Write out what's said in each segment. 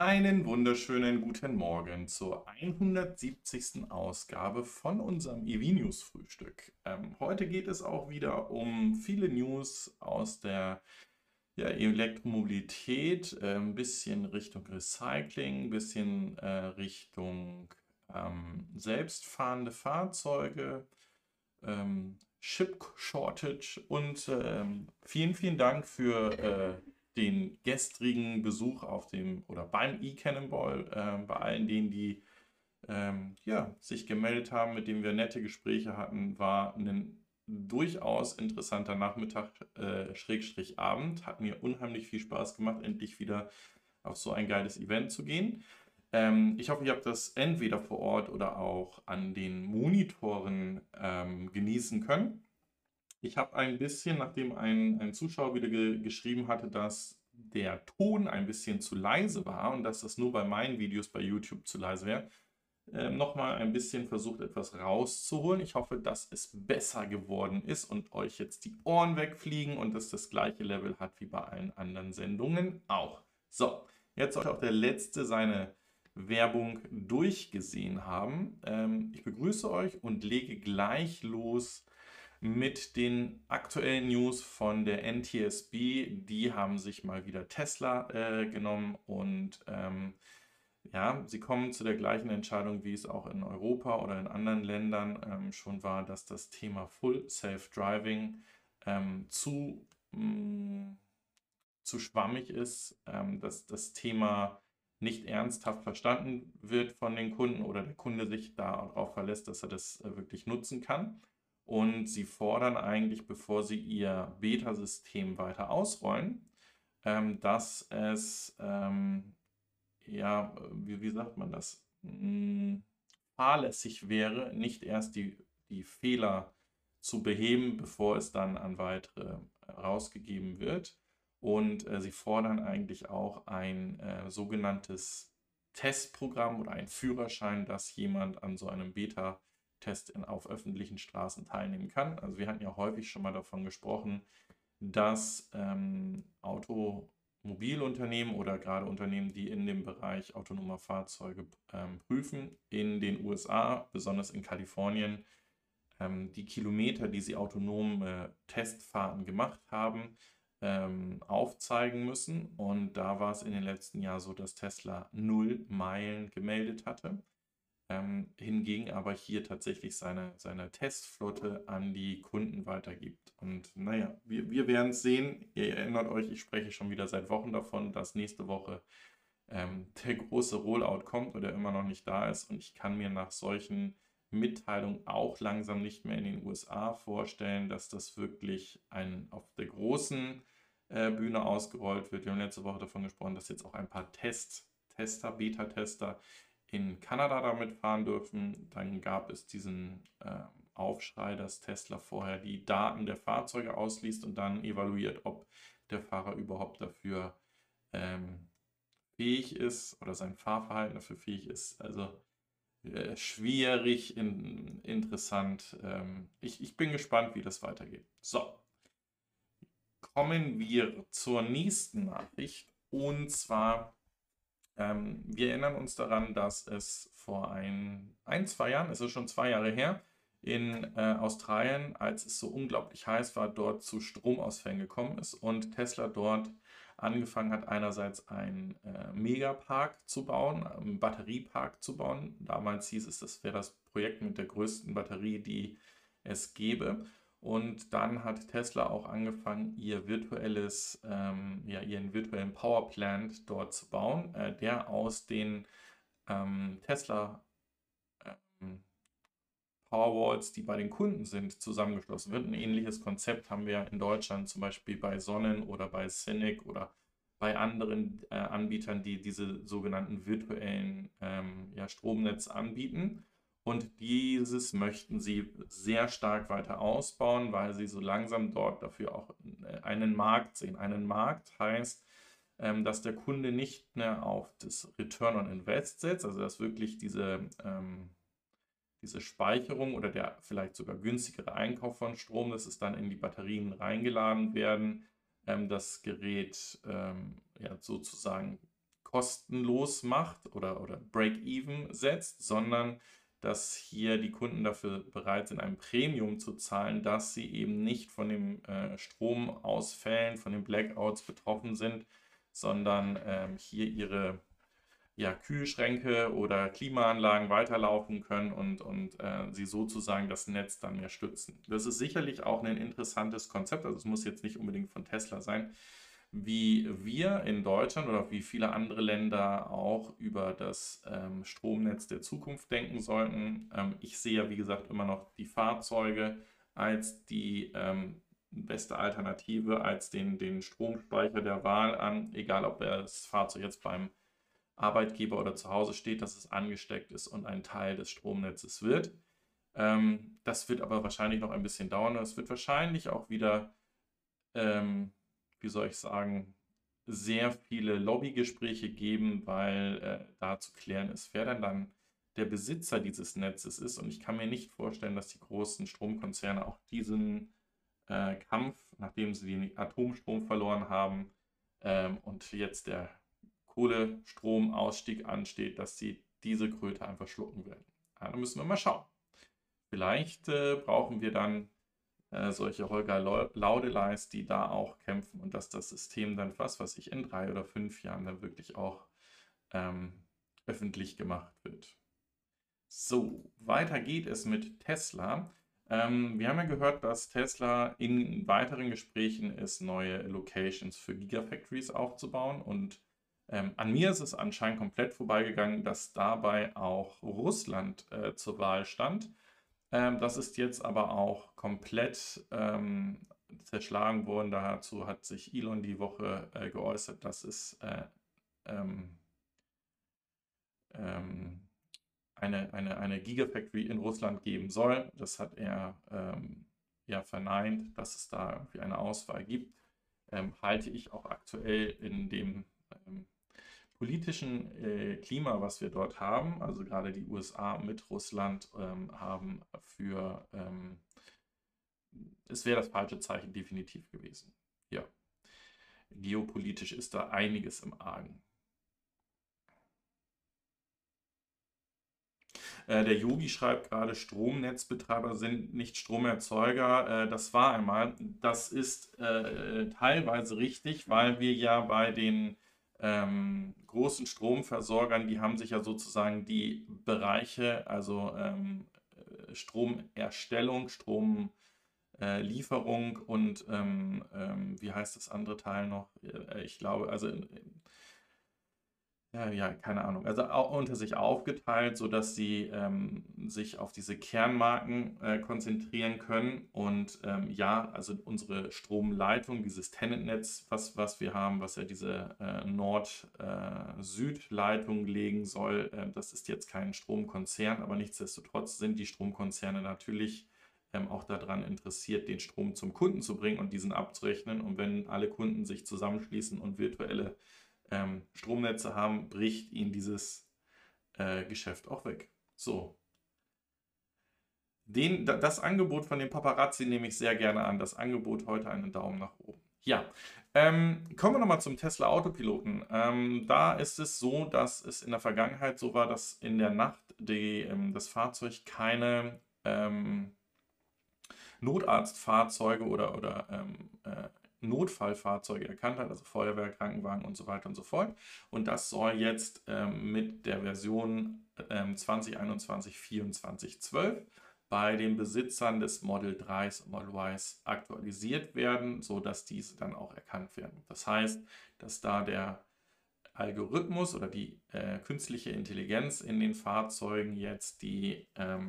Einen wunderschönen guten Morgen zur 170. Ausgabe von unserem EV-News-Frühstück. Heute geht es auch wieder um viele News aus der Elektromobilität, ein bisschen Richtung Recycling, ein bisschen Richtung selbstfahrende Fahrzeuge, Chip Shortage und vielen, vielen Dank für den gestrigen Besuch auf dem oder beim eCannonball, bei allen denen, die sich gemeldet haben, mit denen wir nette Gespräche hatten, war ein durchaus interessanter Nachmittag, Schrägstrich Abend. Hat mir unheimlich viel Spaß gemacht, endlich wieder auf so ein geiles Event zu gehen. Ich hoffe, ihr habt das entweder vor Ort oder auch an den Monitoren genießen können. Ich habe ein bisschen, nachdem ein Zuschauer wieder geschrieben hatte, dass der Ton ein bisschen zu leise war und dass das nur bei meinen Videos bei YouTube zu leise wäre, nochmal ein bisschen versucht, etwas rauszuholen. Ich hoffe, dass es besser geworden ist und euch jetzt die Ohren wegfliegen und es das gleiche Level hat wie bei allen anderen Sendungen auch. So, jetzt sollte auch der Letzte seine Werbung durchgesehen haben. Ich begrüße euch und lege gleich los mit den aktuellen News von der NTSB. Die haben sich mal wieder Tesla genommen und ja, sie kommen zu der gleichen Entscheidung, wie es auch in Europa oder in anderen Ländern schon war, dass das Thema Full Self-Driving zu schwammig ist, dass das Thema nicht ernsthaft verstanden wird von den Kunden oder der Kunde sich darauf verlässt, dass er das wirklich nutzen kann. Und sie fordern eigentlich, bevor sie ihr Beta-System weiter ausrollen, dass es wie sagt man das, fahrlässig wäre, nicht erst die Fehler zu beheben, bevor es dann an weitere rausgegeben wird. Und sie fordern eigentlich auch ein sogenanntes Testprogramm oder einen Führerschein, dass jemand an so einem Beta-Test auf öffentlichen Straßen teilnehmen kann. Also wir hatten ja häufig schon mal davon gesprochen, dass Automobilunternehmen oder gerade Unternehmen, die in dem Bereich autonomer Fahrzeuge prüfen, in den USA, besonders in Kalifornien, die Kilometer, die sie autonome Testfahrten gemacht haben, aufzeigen müssen. Und da war es in den letzten Jahren so, dass Tesla 0 Meilen gemeldet hatte. Hingegen aber hier tatsächlich seine Testflotte an die Kunden weitergibt. Und naja, wir werden es sehen. Ihr erinnert euch, ich spreche schon wieder seit Wochen davon, dass nächste Woche der große Rollout kommt oder immer noch nicht da ist. Und ich kann mir nach solchen Mitteilungen auch langsam nicht mehr in den USA vorstellen, dass das wirklich auf der großen Bühne ausgerollt wird. Wir haben letzte Woche davon gesprochen, dass jetzt auch ein paar Beta-Tester in Kanada damit fahren dürfen. Dann gab es diesen Aufschrei, dass Tesla vorher die Daten der Fahrzeuge ausliest und dann evaluiert, ob der Fahrer überhaupt dafür fähig ist oder sein Fahrverhalten dafür fähig ist. Also schwierig, interessant. Ich bin gespannt, wie das weitergeht. So, kommen wir zur nächsten Nachricht. Und zwar wir erinnern uns daran, dass es vor 2 Jahren, es ist schon 2 Jahre her, in Australien, als es so unglaublich heiß war, dort zu Stromausfällen gekommen ist und Tesla dort angefangen hat, einerseits einen Megapark zu bauen, einen Batteriepark zu bauen. Damals hieß es, das wäre das Projekt mit der größten Batterie, die es gäbe. Und dann hat Tesla auch angefangen, ihren virtuellen Powerplant dort zu bauen, der aus den Tesla Powerwalls, die bei den Kunden sind, zusammengeschlossen wird. Ein ähnliches Konzept haben wir in Deutschland zum Beispiel bei Sonnen oder bei Cynic oder bei anderen Anbietern, die diese sogenannten virtuellen Stromnetz anbieten. Und dieses möchten sie sehr stark weiter ausbauen, weil sie so langsam dort dafür auch einen Markt sehen. Einen Markt heißt, dass der Kunde nicht mehr auf das Return on Invest setzt, also dass wirklich diese Speicherung oder der vielleicht sogar günstigere Einkauf von Strom, dass es dann in die Batterien reingeladen werden, das Gerät sozusagen kostenlos macht oder Break-Even setzt, sondern dass hier die Kunden dafür bereit sind, ein Premium zu zahlen, dass sie eben nicht von den Stromausfällen, von den Blackouts betroffen sind, sondern hier ihre Kühlschränke oder Klimaanlagen weiterlaufen können und sie sozusagen das Netz dann mehr stützen. Das ist sicherlich auch ein interessantes Konzept, also es muss jetzt nicht unbedingt von Tesla sein, wie wir in Deutschland oder wie viele andere Länder auch über das Stromnetz der Zukunft denken sollten. Ich sehe ja, wie gesagt, immer noch die Fahrzeuge als die beste Alternative, als den Stromspeicher der Wahl an, egal ob das Fahrzeug jetzt beim Arbeitgeber oder zu Hause steht, dass es angesteckt ist und ein Teil des Stromnetzes wird. Das wird aber wahrscheinlich noch ein bisschen dauern. Es wird wahrscheinlich auch wieder, wie soll ich sagen, sehr viele Lobbygespräche geben, weil da zu klären ist, wer dann der Besitzer dieses Netzes ist. Und ich kann mir nicht vorstellen, dass die großen Stromkonzerne auch diesen Kampf, nachdem sie den Atomstrom verloren haben und jetzt der Kohlestromausstieg ansteht, dass sie diese Kröte einfach schlucken werden. Ja, da müssen wir mal schauen. Vielleicht brauchen wir dann solche Holger Laudeleis, die da auch kämpfen und dass das System dann, was weiß ich, in 3 oder 5 Jahren dann wirklich auch öffentlich gemacht wird. So, weiter geht es mit Tesla. Wir haben ja gehört, dass Tesla in weiteren Gesprächen ist, neue Locations für Gigafactories aufzubauen und an mir ist es anscheinend komplett vorbeigegangen, dass dabei auch Russland zur Wahl stand. Das ist jetzt aber auch komplett zerschlagen worden. Dazu hat sich Elon die Woche geäußert, dass es eine Gigafactory in Russland geben soll. Das hat er ja verneint, dass es da irgendwie eine Auswahl gibt. Halte ich auch aktuell in dem politischen Klima, was wir dort haben, also gerade die USA mit Russland haben es wäre das falsche Zeichen definitiv gewesen. Ja, geopolitisch ist da einiges im Argen. Der Yogi schreibt gerade, Stromnetzbetreiber sind nicht Stromerzeuger. Das war einmal. Das ist teilweise richtig, weil wir ja bei den großen Stromversorgern, die haben sich ja sozusagen die Bereiche, also Stromerstellung, Stromlieferung und wie heißt das andere Teil noch? Ich glaube, also ja, keine Ahnung. Also auch unter sich aufgeteilt, sodass sie sich auf diese Kernmarken konzentrieren können. Und ja, also unsere Stromleitung, dieses Tenetnetz, was wir haben, was ja diese Nord-Süd-Leitung legen soll, das ist jetzt kein Stromkonzern, aber nichtsdestotrotz sind die Stromkonzerne natürlich auch daran interessiert, den Strom zum Kunden zu bringen und diesen abzurechnen. Und wenn alle Kunden sich zusammenschließen und virtuelle Stromnetze haben, bricht ihnen dieses Geschäft auch weg. So. Das Angebot von dem Paparazzi nehme ich sehr gerne an. Das Angebot heute einen Daumen nach oben. Ja, kommen wir nochmal zum Tesla Autopiloten. Da ist es so, dass es in der Vergangenheit so war, dass in der Nacht das Fahrzeug keine Notarztfahrzeuge oder Notfallfahrzeuge erkannt hat, also Feuerwehr, Krankenwagen und so weiter und so fort. Und das soll jetzt mit der Version 2021/24.12 bei den Besitzern des Model 3s und Model Ys aktualisiert werden, sodass diese dann auch erkannt werden. Das heißt, dass da der Algorithmus oder die künstliche Intelligenz in den Fahrzeugen jetzt die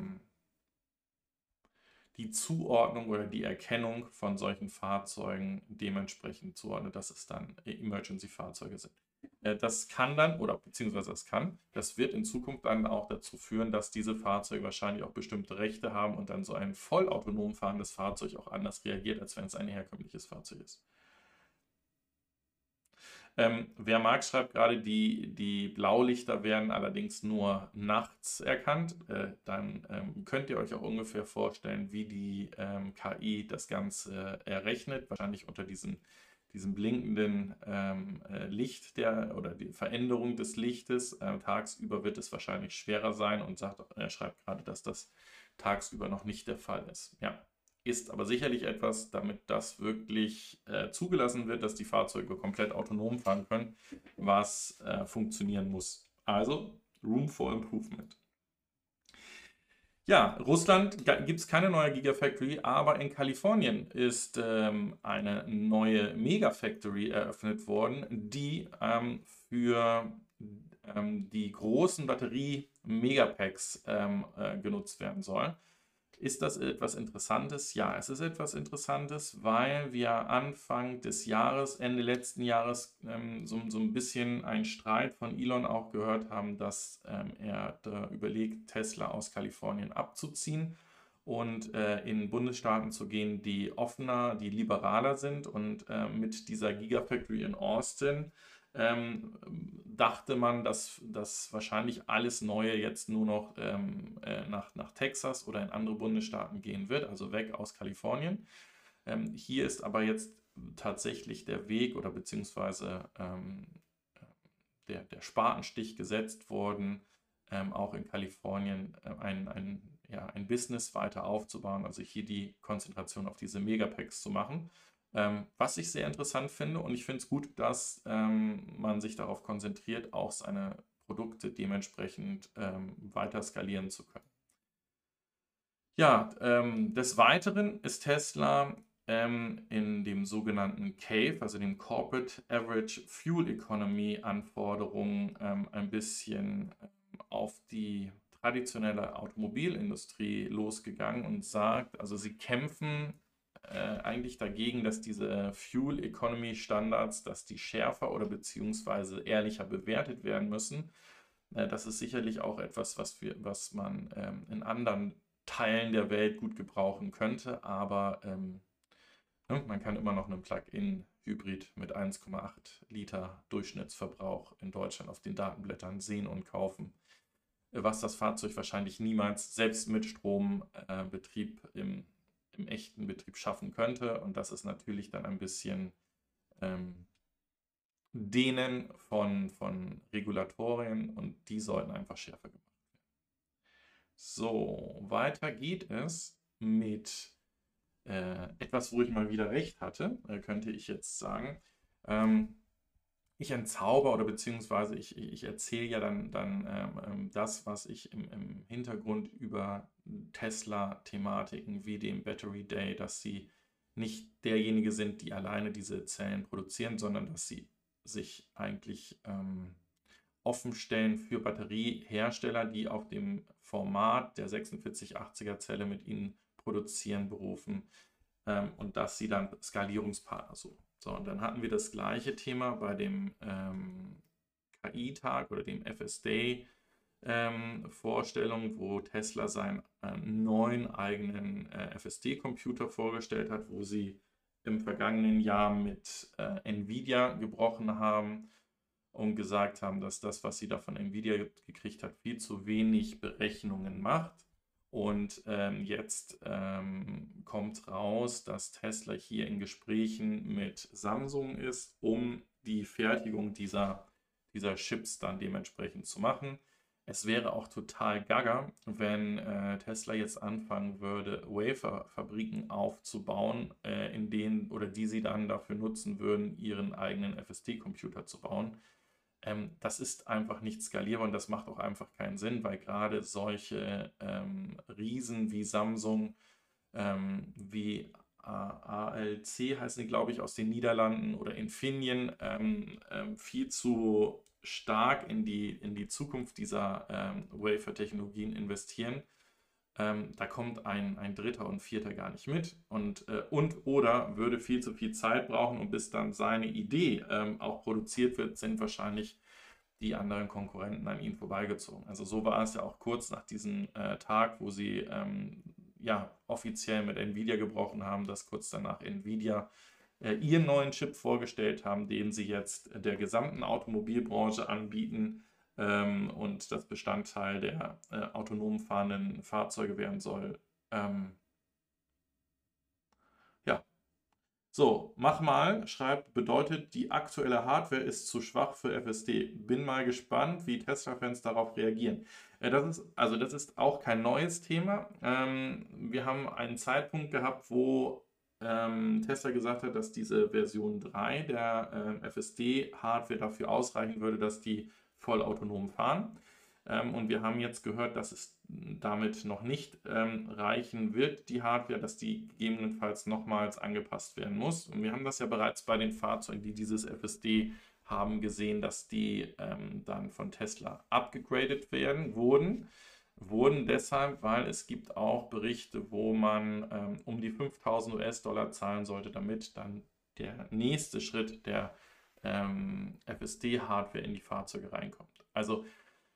Zuordnung oder die Erkennung von solchen Fahrzeugen dementsprechend zuordnet, dass es dann Emergency-Fahrzeuge sind. Das kann dann, oder beziehungsweise das wird in Zukunft dann auch dazu führen, dass diese Fahrzeuge wahrscheinlich auch bestimmte Rechte haben und dann so ein vollautonom fahrendes Fahrzeug auch anders reagiert, als wenn es ein herkömmliches Fahrzeug ist. Wer mag, schreibt gerade, die Blaulichter werden allerdings nur nachts erkannt. Dann könnt ihr euch auch ungefähr vorstellen, wie die KI das Ganze errechnet. Wahrscheinlich unter diesen diesem blinkenden Licht oder die Veränderung des Lichtes. Tagsüber wird es wahrscheinlich schwerer sein und er schreibt gerade, dass das tagsüber noch nicht der Fall ist. Ja, ist aber sicherlich etwas, damit das wirklich zugelassen wird, dass die Fahrzeuge komplett autonom fahren können, was funktionieren muss. Also Room for Improvement. Ja, Russland gibt es keine neue Gigafactory, aber in Kalifornien ist eine neue Megafactory eröffnet worden, die für die großen Batterie-Megapacks genutzt werden soll. Ist das etwas Interessantes? Ja, es ist etwas Interessantes, weil wir Anfang des Jahres, Ende letzten Jahres, so ein bisschen einen Streit von Elon auch gehört haben, dass er da überlegt, Tesla aus Kalifornien abzuziehen und in Bundesstaaten zu gehen, die offener, die liberaler sind. Und mit dieser Gigafactory in Austin dachte man, dass wahrscheinlich alles Neue jetzt nur noch nach Texas oder in andere Bundesstaaten gehen wird, also weg aus Kalifornien. Hier ist aber jetzt tatsächlich der Weg oder beziehungsweise der Spatenstich gesetzt worden, auch in Kalifornien ein Business weiter aufzubauen, also hier die Konzentration auf diese Megapacks zu machen. Was ich sehr interessant finde, und ich finde es gut, dass man sich darauf konzentriert, auch seine Produkte dementsprechend weiter skalieren zu können. Ja, des Weiteren ist Tesla in dem sogenannten CAFE, also dem Corporate Average Fuel Economy Anforderungen, ein bisschen auf die traditionelle Automobilindustrie losgegangen und sagt, also sie kämpfen eigentlich dagegen, dass diese Fuel Economy Standards, dass die schärfer oder beziehungsweise ehrlicher bewertet werden müssen. Das ist sicherlich auch etwas, was man in anderen Teilen der Welt gut gebrauchen könnte, aber man kann immer noch einen Plug-in-Hybrid mit 1,8 Liter Durchschnittsverbrauch in Deutschland auf den Datenblättern sehen und kaufen, was das Fahrzeug wahrscheinlich niemals selbst mit Strombetrieb im echten Betrieb schaffen könnte. Und das ist natürlich dann ein bisschen Dehnen von Regulatorien und die sollten einfach schärfer gemacht werden. So, weiter geht es mit etwas, wo ich mal wieder recht hatte, könnte ich jetzt sagen. Ich entzauber oder beziehungsweise ich erzähle ja dann das, was ich im Hintergrund über Tesla-Thematiken wie dem Battery Day, dass sie nicht derjenige sind, die alleine diese Zellen produzieren, sondern dass sie sich eigentlich offen stellen für Batteriehersteller, die auf dem Format der 4680er Zelle mit ihnen produzieren, berufen und dass sie dann Skalierungspartner suchen. So, und dann hatten wir das gleiche Thema bei dem KI-Tag oder dem FS-Day Vorstellung, wo Tesla seinen neuen eigenen FSD-Computer vorgestellt hat, wo sie im vergangenen Jahr mit Nvidia gebrochen haben und gesagt haben, dass das, was sie da von Nvidia gekriegt hat, viel zu wenig Berechnungen macht. Und jetzt kommt raus, dass Tesla hier in Gesprächen mit Samsung ist, um die Fertigung dieser Chips dann dementsprechend zu machen. Es wäre auch total gaga, wenn Tesla jetzt anfangen würde, Wafer-Fabriken aufzubauen, in denen oder die sie dann dafür nutzen würden, ihren eigenen FSD-Computer zu bauen. Das ist einfach nicht skalierbar und das macht auch einfach keinen Sinn, weil gerade solche Riesen wie Samsung, wie ALC heißen die, glaube ich, aus den Niederlanden oder Infineon, viel zu stark in die Zukunft dieser Wafer-Technologien investieren. Da kommt ein Dritter und Vierter gar nicht mit oder würde viel zu viel Zeit brauchen und bis dann seine Idee auch produziert wird, sind wahrscheinlich die anderen Konkurrenten an ihnen vorbeigezogen. Also so war es ja auch kurz nach diesem Tag, wo sie offiziell mit Nvidia gebrochen haben, dass kurz danach Nvidia ihren neuen Chip vorgestellt haben, den sie jetzt der gesamten Automobilbranche anbieten und das Bestandteil der autonom fahrenden Fahrzeuge werden soll. So, mach mal, schreibt, bedeutet, die aktuelle Hardware ist zu schwach für FSD. Bin mal gespannt, wie Tesla-Fans darauf reagieren. Das ist auch kein neues Thema. Wir haben einen Zeitpunkt gehabt, wo Tesla gesagt hat, dass diese Version 3 der FSD-Hardware dafür ausreichen würde, dass die vollautonom fahren. Und wir haben jetzt gehört, dass es damit noch nicht reichen wird, die Hardware, dass die gegebenenfalls nochmals angepasst werden muss. Und wir haben das ja bereits bei den Fahrzeugen, die dieses FSD haben, gesehen, dass die dann von Tesla abgegradet wurden deshalb, weil es gibt auch Berichte, wo man um die 5.000 US-Dollar zahlen sollte, damit dann der nächste Schritt der FSD-Hardware in die Fahrzeuge reinkommt. Also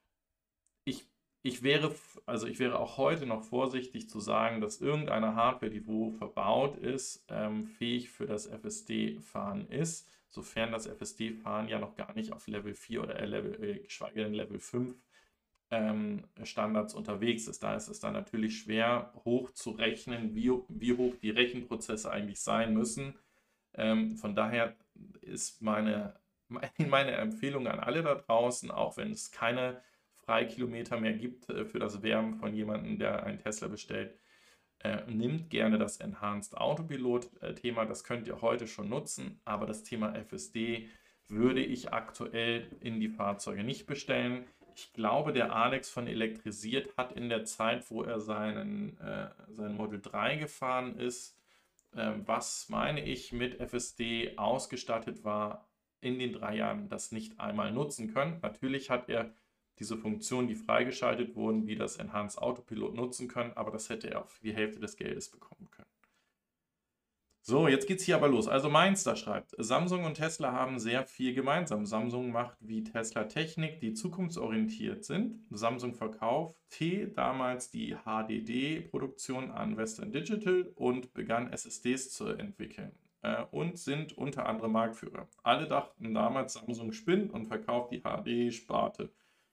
ich wäre auch heute noch vorsichtig zu sagen, dass irgendeine Hardware, die wo verbaut ist, fähig für das FSD-Fahren ist, sofern das FSD-Fahren ja noch gar nicht auf Level 4 oder geschweige denn Level 5 Standards unterwegs ist. Da ist es dann natürlich schwer hochzurechnen, wie hoch die Rechenprozesse eigentlich sein müssen. Von daher ist meine Empfehlung an alle da draußen, auch wenn es keine Freikilometer mehr gibt für das Wärmen von jemandem, der einen Tesla bestellt, nimmt gerne das Enhanced Autopilot-Thema. Das könnt ihr heute schon nutzen, aber das Thema FSD würde ich aktuell in die Fahrzeuge nicht bestellen. Ich glaube, der Alex von Elektrisiert hat in der Zeit, wo er sein Model 3 gefahren ist, was meine ich mit FSD ausgestattet war, in den 3 Jahren das nicht einmal nutzen können. Natürlich hat er diese Funktionen, die freigeschaltet wurden, wie das Enhanced Autopilot nutzen können, aber das hätte er auch für die Hälfte des Geldes bekommen können. So, jetzt geht es hier aber los. Also Mainster schreibt, Samsung und Tesla haben sehr viel gemeinsam. Samsung macht wie Tesla Technik, die zukunftsorientiert sind. Samsung verkauft damals die HDD-Produktion an Western Digital und begann SSDs zu entwickeln und sind unter anderem Marktführer. Alle dachten damals, Samsung spinnt und verkauft die HD-Sparte.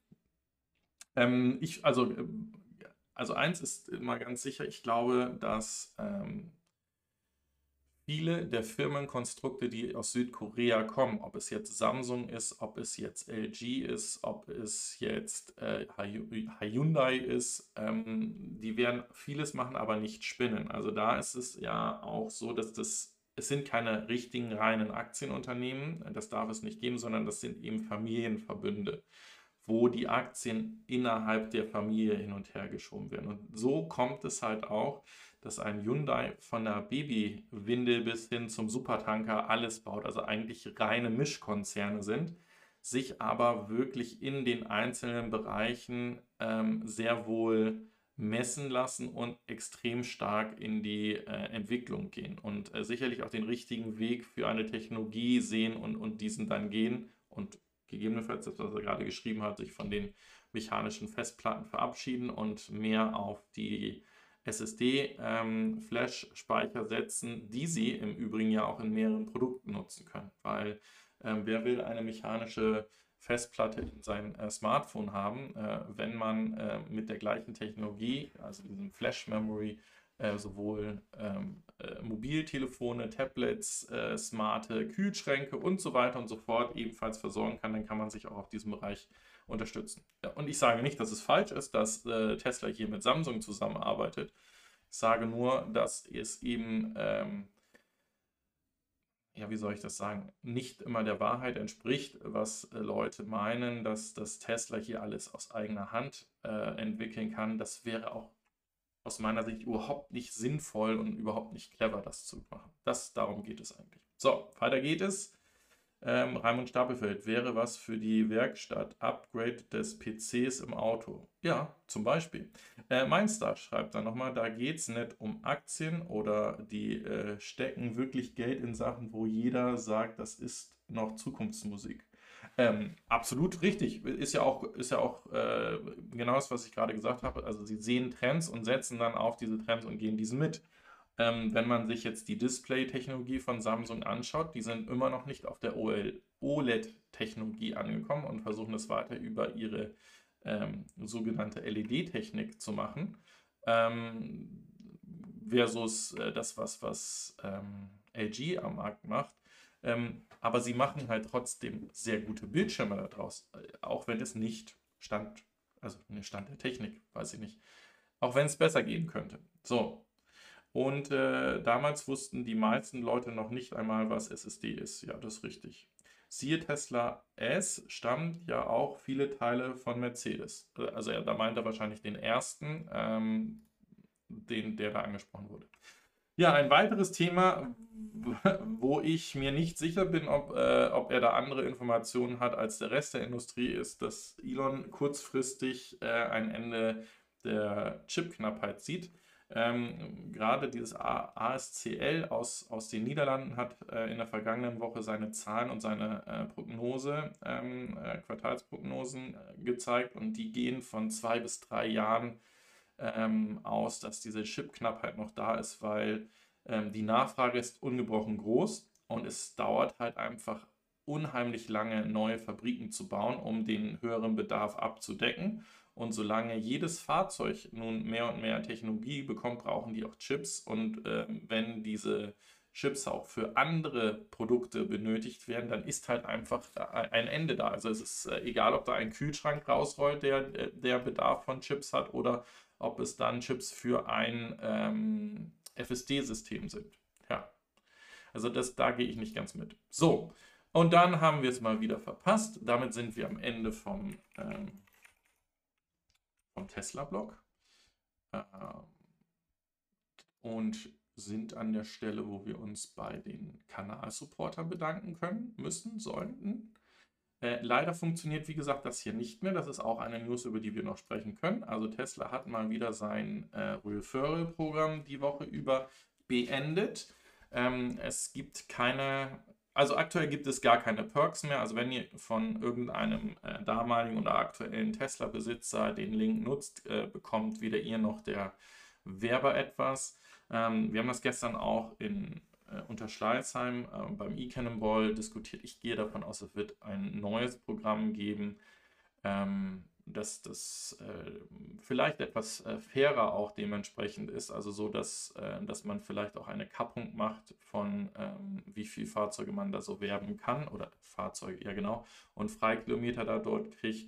Also eins ist mal ganz sicher, ich glaube, dass viele der Firmenkonstrukte, die aus Südkorea kommen, ob es jetzt Samsung ist, ob es jetzt LG ist, ob es jetzt Hyundai ist, die werden vieles machen, aber nicht spinnen. Also da ist es ja auch so, dass es sind keine richtigen reinen Aktienunternehmen, das darf es nicht geben, sondern das sind eben Familienverbünde, wo die Aktien innerhalb der Familie hin und her geschoben werden. Und so kommt es halt auch, dass ein Hyundai von der Babywindel bis hin zum Supertanker alles baut, also eigentlich reine Mischkonzerne sind, sich aber wirklich in den einzelnen Bereichen sehr wohl messen lassen und extrem stark in die Entwicklung gehen und sicherlich auch den richtigen Weg für eine Technologie sehen und diesen dann gehen und gegebenenfalls, das, was er gerade geschrieben hat, sich von den mechanischen Festplatten verabschieden und mehr auf die SSD-Flash-Speicher setzen, die sie im Übrigen ja auch in mehreren Produkten nutzen können. Weil wer will eine mechanische Festplatte in sein Smartphone haben, wenn man mit der gleichen Technologie, also diesem Flash-Memory, sowohl Mobiltelefone, Tablets, smarte Kühlschränke und so weiter und so fort ebenfalls versorgen kann, dann kann man sich auch auf diesem Bereich unterstützen. Ja, und ich sage nicht, dass es falsch ist, dass Tesla hier mit Samsung zusammenarbeitet. Ich sage nur, dass es eben, ja, wie soll ich das sagen, nicht immer der Wahrheit entspricht, was Leute meinen, dass das Tesla hier alles aus eigener Hand entwickeln kann. Das wäre auch aus meiner Sicht überhaupt nicht sinnvoll und überhaupt nicht clever, das zu machen. Darum geht es eigentlich. So, weiter geht es. Raimund Stapelfeld, wäre was für die Werkstatt, Upgrade des PCs im Auto? Ja, zum Beispiel. Mainstar schreibt dann nochmal, da geht es nicht um Aktien oder die stecken wirklich Geld in Sachen, wo jeder sagt, das ist noch Zukunftsmusik. Absolut richtig. Ist ja auch genau das, was ich gerade gesagt habe. Also sie sehen Trends und setzen dann auf diese Trends und gehen diesen mit. Wenn man sich jetzt die Display-Technologie von Samsung anschaut, die sind immer noch nicht auf der OLED-Technologie angekommen und versuchen es weiter über ihre sogenannte LED-Technik zu machen. Versus das, was LG am Markt macht. Aber sie machen halt trotzdem sehr gute Bildschirme daraus, auch wenn es nicht Stand der Technik, weiß ich nicht, auch wenn es besser gehen könnte. So, und damals wussten die meisten Leute noch nicht einmal, was SSD ist. Ja, das ist richtig. Siehe Tesla S, stammt ja auch viele Teile von Mercedes. Also da meint er wahrscheinlich den ersten, der da angesprochen wurde. Ja, ein weiteres Thema, wo ich mir nicht sicher bin, ob er da andere Informationen hat als der Rest der Industrie, ist, dass Elon kurzfristig ein Ende der Chipknappheit sieht. Gerade dieses ASCL aus den Niederlanden hat in der vergangenen Woche seine Zahlen und seine Quartalsprognosen gezeigt, und die gehen von 2 bis 3 Jahren aus, dass diese Chipknappheit noch da ist, weil die Nachfrage ist ungebrochen groß und es dauert halt einfach unheimlich lange, neue Fabriken zu bauen, um den höheren Bedarf abzudecken. Und solange jedes Fahrzeug nun mehr und mehr Technologie bekommt, brauchen die auch Chips. Und wenn diese Chips auch für andere Produkte benötigt werden, dann ist halt einfach ein Ende da. Also es ist egal, ob da ein Kühlschrank rausrollt, der Bedarf von Chips hat, oder ob es dann Chips für ein FSD-System sind. Ja, also da gehe ich nicht ganz mit. So, und dann haben wir es mal wieder verpasst. Damit sind wir am Ende vom Tesla-Blog und sind an der Stelle, wo wir uns bei den Kanalsupportern bedanken sollten. Leider funktioniert, wie gesagt, das hier nicht mehr. Das ist auch eine News, über die wir noch sprechen können. Also Tesla hat mal wieder sein Referral-Programm die Woche über beendet. Es gibt also aktuell gibt es gar keine Perks mehr. Also wenn ihr von irgendeinem damaligen oder aktuellen Tesla-Besitzer den Link nutzt, bekommt weder ihr noch der Werber etwas. Wir haben das gestern auch in Unterschleißheim beim eCannonball diskutiert. Ich gehe davon aus, es wird ein neues Programm geben, dass das vielleicht etwas fairer auch dementsprechend ist. Also so, dass man vielleicht auch eine Kappung macht von wie viel Fahrzeuge man da so werben kann, oder Fahrzeuge, ja genau, und Freikilometer da dort kriegt.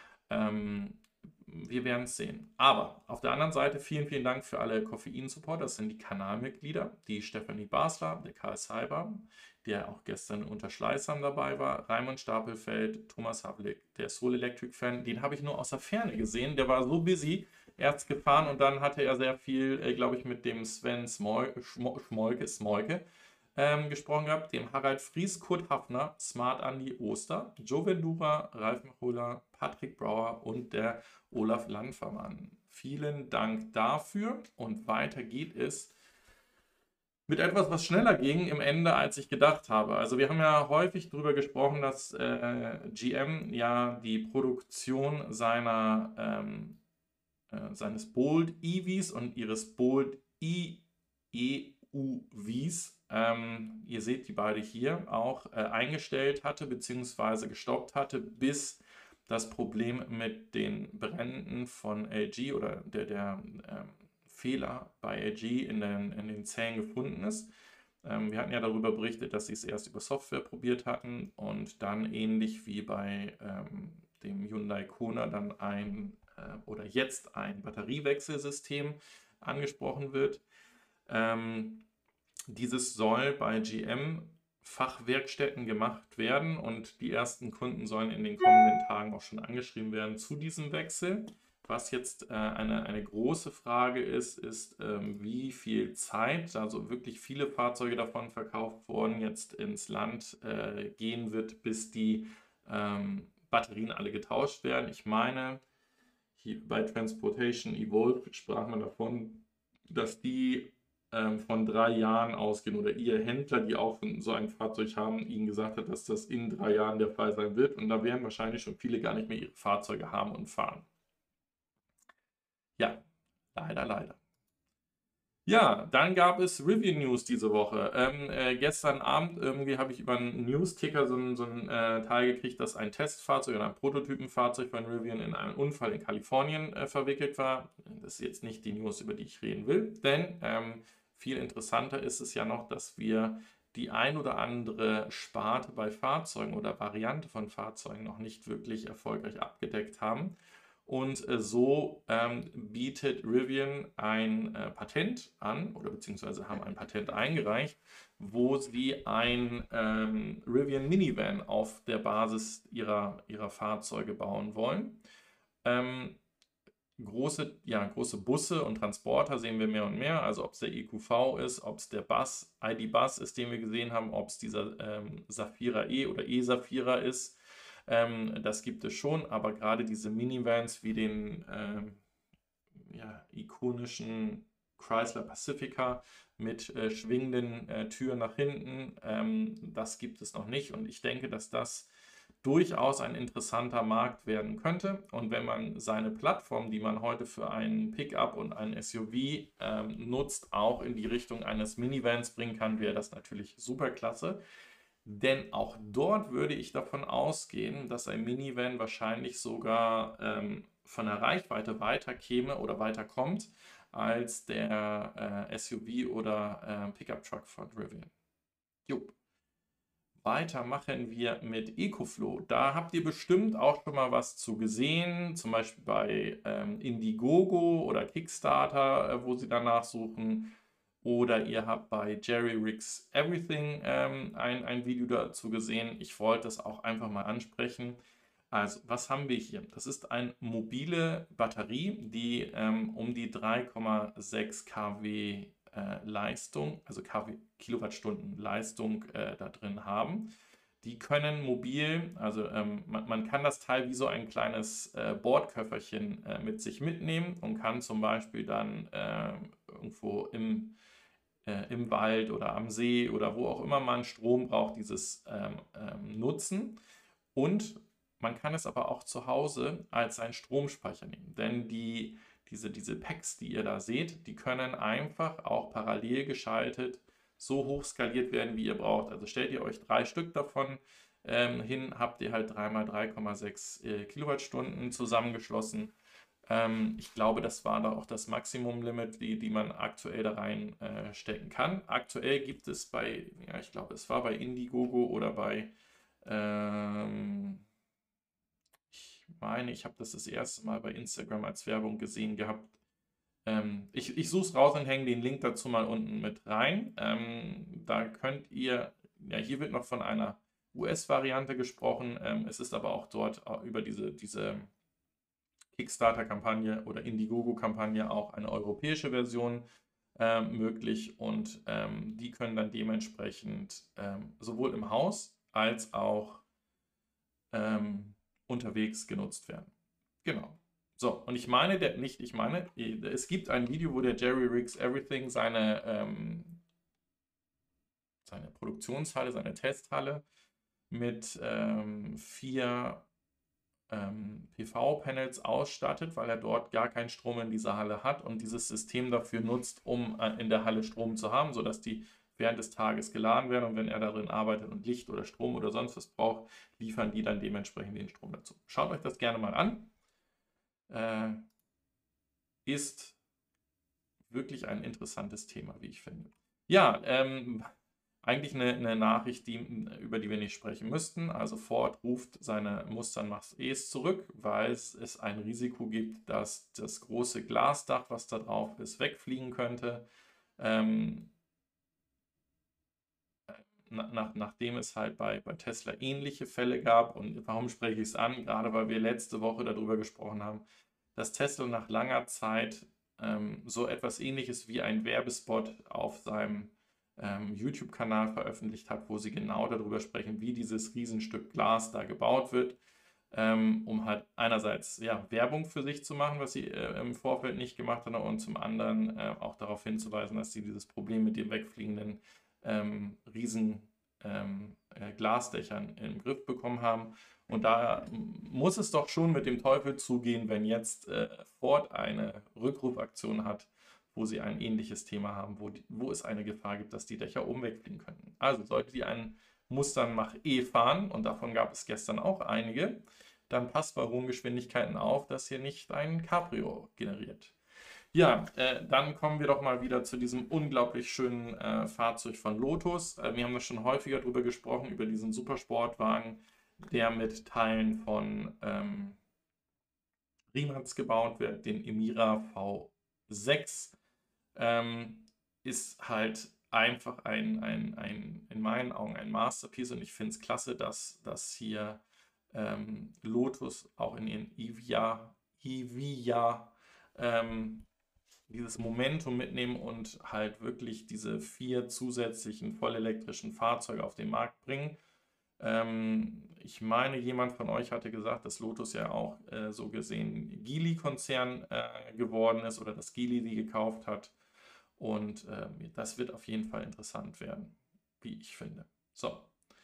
Wir werden es sehen. Aber auf der anderen Seite vielen, vielen Dank für alle Koffein-Supporter. Das sind die Kanalmitglieder, die Stefanie Basler, der Karl Seiber, der auch gestern unter Schleißheim dabei war, Raimund Stapelfeld, Thomas Havlik, der Soul Electric Fan, den habe ich nur aus der Ferne gesehen. Der war so busy, erst gefahren, und dann hatte er sehr viel, glaube ich, mit dem Sven Smolke gesprochen gehabt, dem Harald Fries, Kurt Hafner, Smart Andy Oster, Joe Vendura, Ralf Machulla, Patrick Brauer und der Olaf Landfermann. Vielen Dank dafür, und weiter geht es mit etwas, was schneller ging im Ende, als ich gedacht habe. Also wir haben ja häufig darüber gesprochen, dass GM ja die Produktion seines Bolt EVs und ihres Bolt EUVs, ihr seht die beide hier, auch eingestellt hatte bzw. gestoppt hatte, bis das Problem mit den Bränden von LG oder der Fehler bei LG in den Zellen gefunden ist. Wir hatten ja darüber berichtet, dass sie es erst über Software probiert hatten und dann ähnlich wie bei dem Hyundai Kona dann jetzt ein Batteriewechselsystem angesprochen wird. Dieses soll bei GM Fachwerkstätten gemacht werden, und die ersten Kunden sollen in den kommenden Tagen auch schon angeschrieben werden zu diesem Wechsel. Was jetzt eine große Frage ist, wie viel Zeit, also wirklich viele Fahrzeuge davon verkauft wurden, jetzt ins Land gehen wird, bis die Batterien alle getauscht werden. Ich meine, hier bei Transportation Evolve sprach man davon, dass die von 3 Jahren ausgehen, oder ihr Händler, die auch so ein Fahrzeug haben, ihnen gesagt hat, dass das in 3 Jahren der Fall sein wird, und da werden wahrscheinlich schon viele gar nicht mehr ihre Fahrzeuge haben und fahren. Ja, leider. Ja, dann gab es Review News diese Woche. Gestern Abend irgendwie habe ich über einen News-Ticker so einen Teil gekriegt, dass ein Testfahrzeug oder ein Prototypenfahrzeug von Rivian in einen Unfall in Kalifornien verwickelt war. Das ist jetzt nicht die News, über die ich reden will, denn Viel interessanter ist es ja noch, dass wir die ein oder andere Sparte bei Fahrzeugen oder Variante von Fahrzeugen noch nicht wirklich erfolgreich abgedeckt haben. Und so bietet Rivian ein Patent an oder beziehungsweise haben ein Patent eingereicht, wo sie ein Rivian Minivan auf der Basis ihrer Fahrzeuge bauen wollen. Große Busse und Transporter sehen wir mehr und mehr, also ob es der EQV ist, ob es der Bus, ID.Buzz ist, den wir gesehen haben, ob es dieser Zafira E oder E-Zafira ist. Das gibt es schon, aber gerade diese Minivans wie den ikonischen Chrysler Pacifica mit schwingenden Türen nach hinten, das gibt es noch nicht. Und ich denke, dass das durchaus ein interessanter Markt werden könnte. Und wenn man seine Plattform, die man heute für einen Pickup und einen SUV nutzt, auch in die Richtung eines Minivans bringen kann, wäre das natürlich super klasse. Denn auch dort würde ich davon ausgehen, dass ein Minivan wahrscheinlich sogar von der Reichweite weiter käme oder weiterkommt als der SUV oder Pickup-Truck von Rivian. Jo. Weiter machen wir mit EcoFlow. Da habt ihr bestimmt auch schon mal was zu gesehen, zum Beispiel bei Indiegogo oder Kickstarter, wo sie danach suchen. Oder ihr habt bei Jerry Rigs Everything ein Video dazu gesehen. Ich wollte es auch einfach mal ansprechen. Also, was haben wir hier? Das ist eine mobile Batterie, die um die 3,6 kW Leistung, also Kilowattstunden Leistung da drin haben. Die können mobil, also man kann das Teil wie so ein kleines Bordköfferchen mit sich mitnehmen und kann zum Beispiel dann irgendwo im Wald oder am See oder wo auch immer man Strom braucht, dieses nutzen. Und man kann es aber auch zu Hause als einen Stromspeicher nehmen, denn diese Packs, die ihr da seht, die können einfach auch parallel geschaltet so hoch skaliert werden, wie ihr braucht. Also stellt ihr euch 3 Stück davon hin, habt ihr halt 3 mal 3,6 Kilowattstunden zusammengeschlossen. Ich glaube, das war da auch das Maximum-Limit, die man aktuell da rein stecken kann. Aktuell gibt es ich glaube, es war bei Indiegogo oder ich meine, ich habe das erste Mal bei Instagram als Werbung gesehen gehabt. Ich suche es raus und hänge den Link dazu mal unten mit rein. Da könnt ihr, hier wird noch von einer US-Variante gesprochen. Es ist aber auch dort über diese Kickstarter-Kampagne oder Indiegogo-Kampagne auch eine europäische Version möglich und die können dann dementsprechend sowohl im Haus als auch unterwegs genutzt werden. Genau. So, und es gibt ein Video, wo der Jerry Rigs Everything seine Produktionshalle, seine Testhalle mit 4 PV-Panels ausstattet, weil er dort gar keinen Strom in dieser Halle hat und dieses System dafür nutzt, um in der Halle Strom zu haben, sodass die während des Tages geladen werden und wenn er darin arbeitet und Licht oder Strom oder sonst was braucht, liefern die dann dementsprechend den Strom dazu. Schaut euch das gerne mal an. Ist wirklich ein interessantes Thema, wie ich finde. Ja, eigentlich eine Nachricht, über die wir nicht sprechen müssten. Also Ford ruft seine Mustang Mach-E's zurück, weil es ein Risiko gibt, dass das große Glasdach, was da drauf ist, wegfliegen könnte. Nachdem es halt bei Tesla ähnliche Fälle gab. Und warum spreche ich es an? Gerade weil wir letzte Woche darüber gesprochen haben, dass Tesla nach langer Zeit so etwas Ähnliches wie ein Werbespot auf seinem YouTube-Kanal veröffentlicht hat, wo sie genau darüber sprechen, wie dieses Riesenstück Glas da gebaut wird, um halt einerseits Werbung für sich zu machen, was sie im Vorfeld nicht gemacht haben, und zum anderen auch darauf hinzuweisen, dass sie dieses Problem mit den wegfliegenden riesen Glasdächern im Griff bekommen haben. Und da muss es doch schon mit dem Teufel zugehen, wenn jetzt Ford eine Rückrufaktion hat, wo sie ein ähnliches Thema haben, wo es eine Gefahr gibt, dass die Dächer oben wegfliegen könnten. Also solltet ihr einen Mustang Mach-E fahren, und davon gab es gestern auch einige, dann passt bei hohen Geschwindigkeiten auf, dass ihr nicht ein Cabrio generiert. Ja, dann kommen wir doch mal wieder zu diesem unglaublich schönen Fahrzeug von Lotus. Wir haben ja schon häufiger darüber gesprochen, über diesen Supersportwagen, der mit Teilen von Rimac gebaut wird, den Emira V6. Ist halt einfach in meinen Augen ein Masterpiece, und ich finde es klasse, dass hier Lotus auch in ihren EVIA dieses Momentum mitnehmen und halt wirklich diese 4 zusätzlichen vollelektrischen Fahrzeuge auf den Markt bringen. Ich meine, jemand von euch hatte gesagt, dass Lotus ja auch so gesehen Geely-Konzern geworden ist, oder dass Geely die gekauft hat. Und das wird auf jeden Fall interessant werden, wie ich finde. So.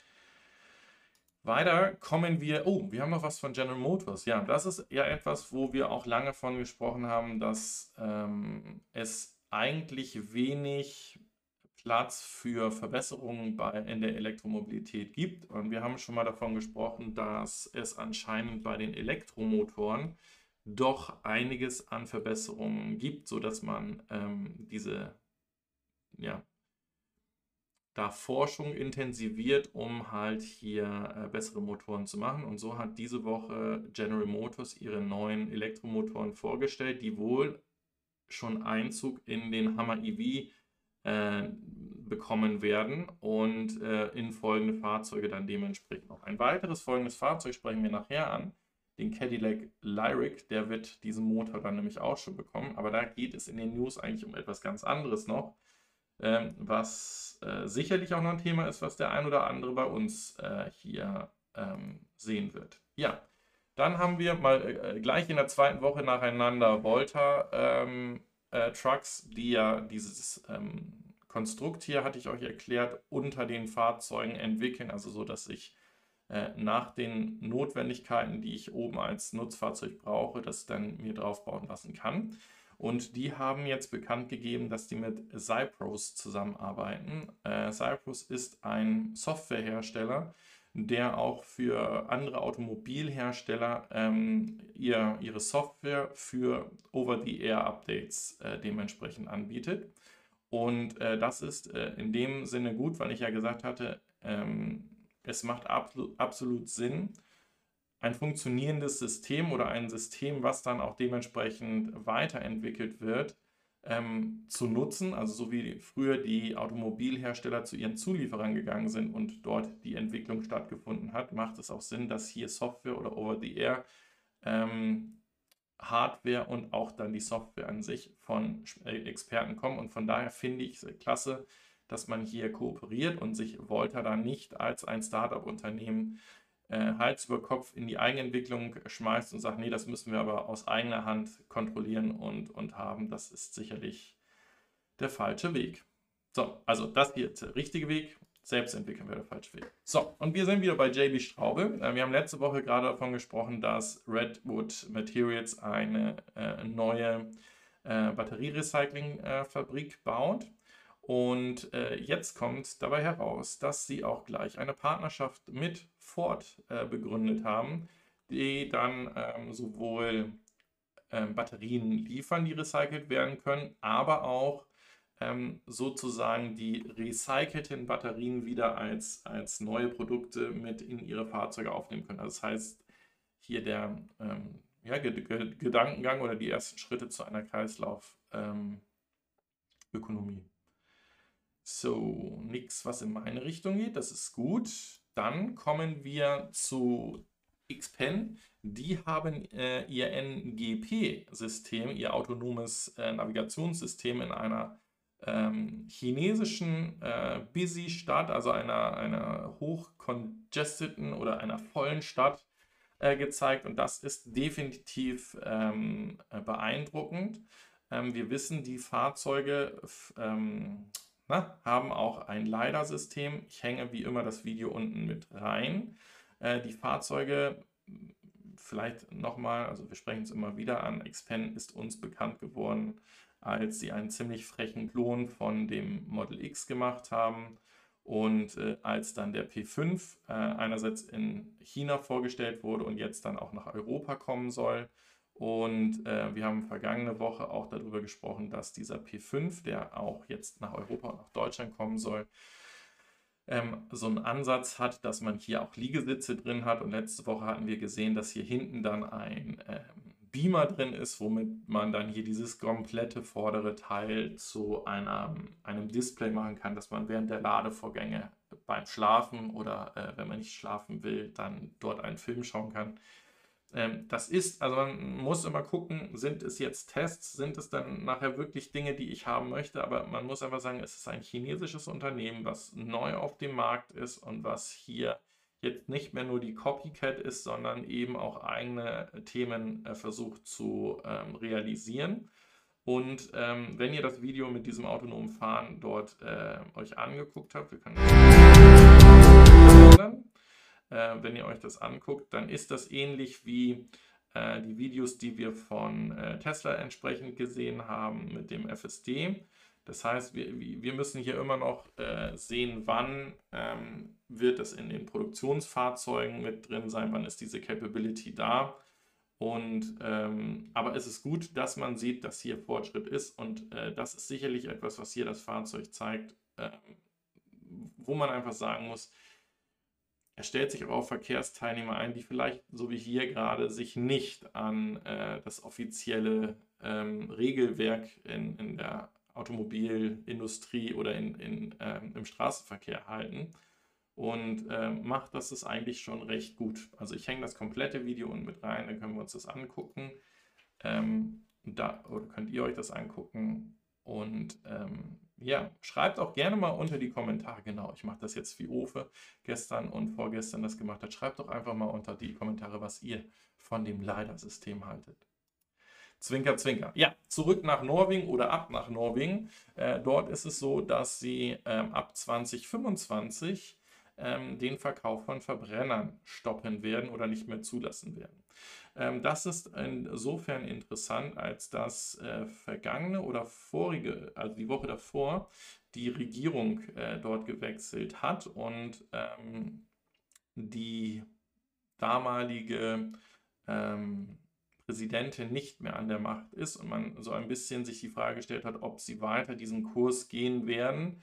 Weiter kommen wir. Oh, wir haben noch was von General Motors. Ja, das ist ja etwas, wo wir auch lange von gesprochen haben, dass es eigentlich wenig Platz für Verbesserungen in der Elektromobilität gibt. Und wir haben schon mal davon gesprochen, dass es anscheinend bei den Elektromotoren doch einiges an Verbesserungen gibt, sodass man da Forschung intensiviert, um halt hier bessere Motoren zu machen. Und so hat diese Woche General Motors ihre neuen Elektromotoren vorgestellt, die wohl schon Einzug in den Hummer EV bekommen werden und in folgende Fahrzeuge dann dementsprechend noch. Ein weiteres folgendes Fahrzeug sprechen wir nachher an, den Cadillac Lyriq, der wird diesen Motor dann nämlich auch schon bekommen, aber da geht es in den News eigentlich um etwas ganz anderes noch, was sicherlich auch noch ein Thema ist, was der ein oder andere bei uns hier sehen wird. Ja, dann haben wir mal gleich in der zweiten Woche nacheinander Volta Trucks, die ja dieses Konstrukt hier, hatte ich euch erklärt, unter den Fahrzeugen entwickeln, also so, dass ich nach den Notwendigkeiten, die ich oben als Nutzfahrzeug brauche, das dann mir draufbauen lassen kann. Und die haben jetzt bekannt gegeben, dass die mit Cypros zusammenarbeiten. Cypros ist ein Softwarehersteller, der auch für andere Automobilhersteller ihre Software für Over-the-Air-Updates dementsprechend anbietet. Und das ist in dem Sinne gut, weil ich ja gesagt hatte, es macht absolut Sinn, ein funktionierendes System oder ein System, was dann auch dementsprechend weiterentwickelt wird, zu nutzen. Also so wie früher die Automobilhersteller zu ihren Zulieferern gegangen sind und dort die Entwicklung stattgefunden hat, macht es auch Sinn, dass hier Software oder Over-the-Air Hardware und auch dann die Software an sich von Experten kommen. Und von daher finde ich es klasse, dass man hier kooperiert und sich Volta da nicht als ein Startup-Unternehmen Hals über Kopf in die Eigenentwicklung schmeißt und sagt, nee, das müssen wir aber aus eigener Hand kontrollieren und haben. Das ist sicherlich der falsche Weg. So, also das hier ist der richtige Weg. Selbst entwickeln wäre der falsche Weg. So, und wir sind wieder bei JB Straube. Wir haben letzte Woche gerade davon gesprochen, dass Redwood Materials eine neue Batterierecycling-Fabrik baut. Und jetzt kommt dabei heraus, dass sie auch gleich eine Partnerschaft mit Ford begründet haben, die dann sowohl Batterien liefern, die recycelt werden können, aber auch sozusagen die recycelten Batterien wieder als neue Produkte mit in ihre Fahrzeuge aufnehmen können. Also das heißt, hier der Gedankengang oder die ersten Schritte zu einer Kreislaufökonomie. So, nichts, was in meine Richtung geht, das ist gut. Dann kommen wir zu Xpeng. Die haben ihr NGP-System, ihr autonomes Navigationssystem in einer chinesischen Busy-Stadt, also einer hochcongesteten oder einer vollen Stadt gezeigt. Und das ist definitiv beeindruckend. Wir wissen, die Fahrzeuge haben auch ein LiDAR-System. Ich hänge wie immer das Video unten mit rein. Die Fahrzeuge, vielleicht nochmal, also wir sprechen es immer wieder an, Xpeng ist uns bekannt geworden, als sie einen ziemlich frechen Klon von dem Model X gemacht haben. Und als dann der P5 einerseits in China vorgestellt wurde und jetzt dann auch nach Europa kommen soll Und wir haben vergangene Woche auch darüber gesprochen, dass dieser P5, der auch jetzt nach Europa und nach Deutschland kommen soll, so einen Ansatz hat, dass man hier auch Liegesitze drin hat. Und letzte Woche hatten wir gesehen, dass hier hinten dann ein Beamer drin ist, womit man dann hier dieses komplette vordere Teil zu einem Display machen kann, dass man während der Ladevorgänge beim Schlafen oder wenn man nicht schlafen will, dann dort einen Film schauen kann. Also man muss immer gucken, sind es jetzt Tests, sind es dann nachher wirklich Dinge, die ich haben möchte, aber man muss einfach sagen, es ist ein chinesisches Unternehmen, was neu auf dem Markt ist und was hier jetzt nicht mehr nur die Copycat ist, sondern eben auch eigene Themen versucht zu realisieren. Und wenn ihr das Video mit diesem autonomen Fahren dort euch angeguckt habt, wir können wenn ihr euch das anguckt, dann ist das ähnlich wie die Videos, die wir von Tesla entsprechend gesehen haben mit dem FSD. Das heißt, wir müssen hier immer noch sehen, wann wird es in den Produktionsfahrzeugen mit drin sein, wann ist diese Capability da. Aber es ist gut, dass man sieht, dass hier Fortschritt ist, und das ist sicherlich etwas, was hier das Fahrzeug zeigt, wo man einfach sagen muss, er stellt sich auch auf Verkehrsteilnehmer ein, die vielleicht, so wie hier gerade, sich nicht an das offizielle Regelwerk in der Automobilindustrie oder im Straßenverkehr halten, und macht das eigentlich schon recht gut. Also ich hänge das komplette Video unten mit rein, dann können wir uns das angucken. Oder könnt ihr euch das angucken. Und ja, schreibt auch gerne mal unter die Kommentare. Genau, ich mache das jetzt wie Ofe gestern und vorgestern das gemacht hat. Schreibt doch einfach mal unter die Kommentare, was ihr von dem LiDAR-System haltet. Zwinker, zwinker. Ja, zurück nach Norwegen oder ab nach Norwegen. Dort ist es so, dass sie ab 2025 den Verkauf von Verbrennern stoppen werden oder nicht mehr zulassen werden. Das ist insofern interessant, als dass vergangene oder vorige, also die Woche davor, die Regierung dort gewechselt hat und die damalige Präsidentin nicht mehr an der Macht ist und man so ein bisschen sich die Frage gestellt hat, ob sie weiter diesen Kurs gehen werden,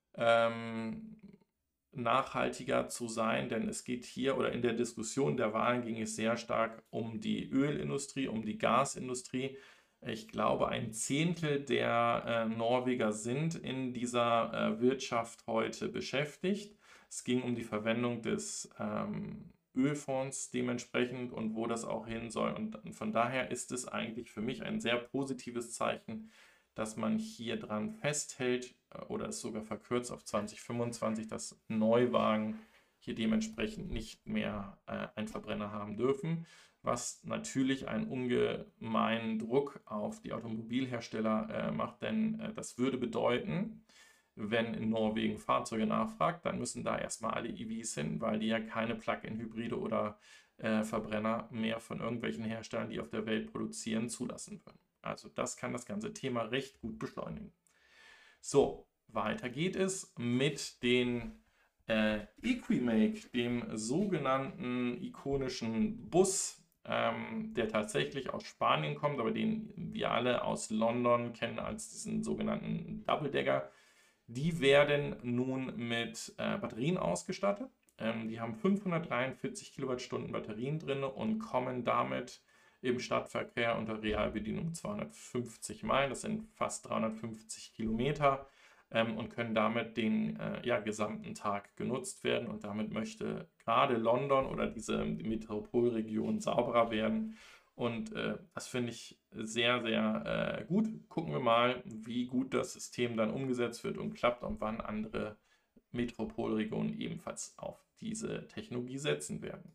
nachhaltiger zu sein, denn es geht hier, oder in der Diskussion der Wahlen ging es sehr stark um die Ölindustrie, um die Gasindustrie. Ich glaube, ein Zehntel der Norweger sind in dieser Wirtschaft heute beschäftigt. Es ging um die Verwendung des Ölfonds dementsprechend und wo das auch hin soll. Und von daher ist es eigentlich für mich ein sehr positives Zeichen, dass man hier dran festhält oder es sogar verkürzt auf 2025, dass Neuwagen hier dementsprechend nicht mehr einen Verbrenner haben dürfen, was natürlich einen ungemeinen Druck auf die Automobilhersteller macht, denn das würde bedeuten, wenn in Norwegen Fahrzeuge nachfragt, dann müssen da erstmal alle EVs hin, weil die ja keine Plug-in-Hybride oder Verbrenner mehr von irgendwelchen Herstellern, die auf der Welt produzieren, zulassen würden. Also das kann das ganze Thema recht gut beschleunigen. So, weiter geht es mit den Equimake, dem sogenannten ikonischen Bus, der tatsächlich aus Spanien kommt, aber den wir alle aus London kennen als diesen sogenannten Double-Decker. Die werden nun mit Batterien ausgestattet. Die haben 543 Kilowattstunden Batterien drin und kommen damit im Stadtverkehr unter Realbedienung 250 Meilen, das sind fast 350 Kilometer, und können damit den gesamten Tag genutzt werden. Und damit möchte gerade London oder diese Metropolregion sauberer werden. Und das finde ich sehr, sehr gut. Gucken wir mal, wie gut das System dann umgesetzt wird und klappt und wann andere Metropolregionen ebenfalls auf diese Technologie setzen werden.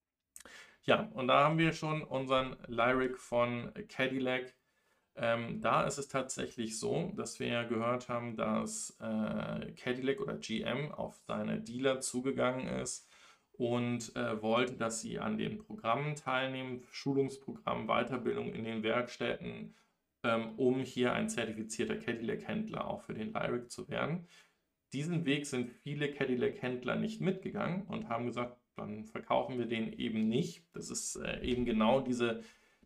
Ja, und da haben wir schon unseren Lyriq von Cadillac. Da ist es tatsächlich so, dass wir ja gehört haben, dass Cadillac oder GM auf seine Dealer zugegangen ist und wollte, dass sie an den Programmen teilnehmen, Schulungsprogrammen, Weiterbildung in den Werkstätten, um hier ein zertifizierter Cadillac-Händler auch für den Lyriq zu werden. Diesen Weg sind viele Cadillac-Händler nicht mitgegangen und haben gesagt, dann verkaufen wir den eben nicht. Das ist eben genau diese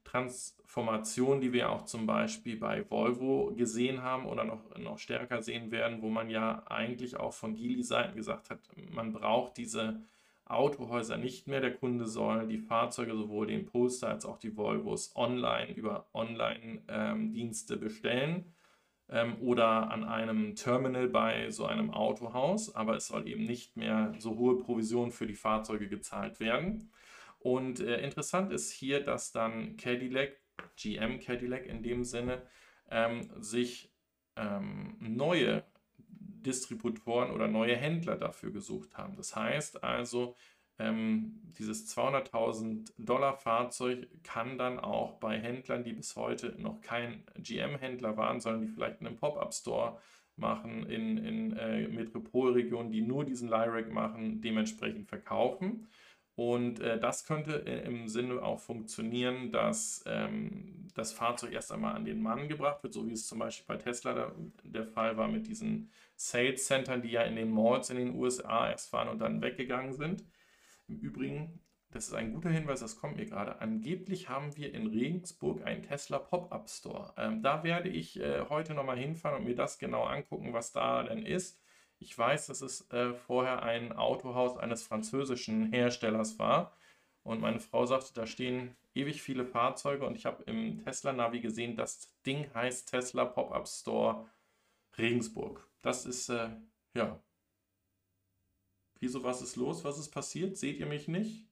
Transformation, die wir auch zum Beispiel bei Volvo gesehen haben oder noch stärker sehen werden, wo man ja eigentlich auch von Geely-Seiten gesagt hat, man braucht diese Autohäuser nicht mehr. Der Kunde soll die Fahrzeuge, sowohl den Polestar als auch die Volvos, über Online-Dienste bestellen oder an einem Terminal bei so einem Autohaus, aber es soll eben nicht mehr so hohe Provisionen für die Fahrzeuge gezahlt werden. Und interessant ist hier, dass dann Cadillac, GM Cadillac in dem Sinne, sich neue Distributoren oder neue Händler dafür gesucht haben. Das heißt also, dieses 200.000 $ Fahrzeug kann dann auch bei Händlern, die bis heute noch kein GM-Händler waren, sondern die vielleicht einen Pop-up-Store machen in Metropolregionen, die nur diesen Lyric machen, dementsprechend verkaufen. Und das könnte im Sinne auch funktionieren, dass das Fahrzeug erst einmal an den Mann gebracht wird, so wie es zum Beispiel bei Tesla der Fall war mit diesen Sales Centern, die ja in den Malls in den USA erst waren und dann weggegangen sind. Im Übrigen, das ist ein guter Hinweis, das kommt mir gerade. Angeblich haben wir in Regensburg einen Tesla Pop-up Store. Da werde ich heute nochmal hinfahren und mir das genau angucken, was da denn ist. Ich weiß, dass es vorher ein Autohaus eines französischen Herstellers war. Und meine Frau sagte, da stehen ewig viele Fahrzeuge und ich habe im Tesla-Navi gesehen, das Ding heißt Tesla Pop-up Store Regensburg. Das ist, ja. Wieso, was ist los? Was ist passiert? Seht ihr mich nicht?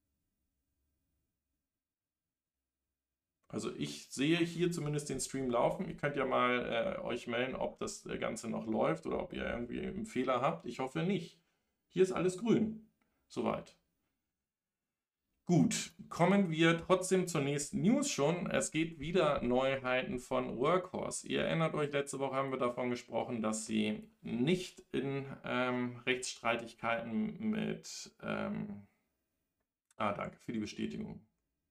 Also ich sehe hier zumindest den Stream laufen. Ihr könnt ja mal euch melden, ob das Ganze noch läuft oder ob ihr irgendwie einen Fehler habt. Ich hoffe nicht. Hier ist alles grün. Soweit. Gut, kommen wir trotzdem zur nächsten News schon. Es geht wieder Neuheiten von Workhorse. Ihr erinnert euch, letzte Woche haben wir davon gesprochen, dass sie nicht in Rechtsstreitigkeiten mit... danke für die Bestätigung.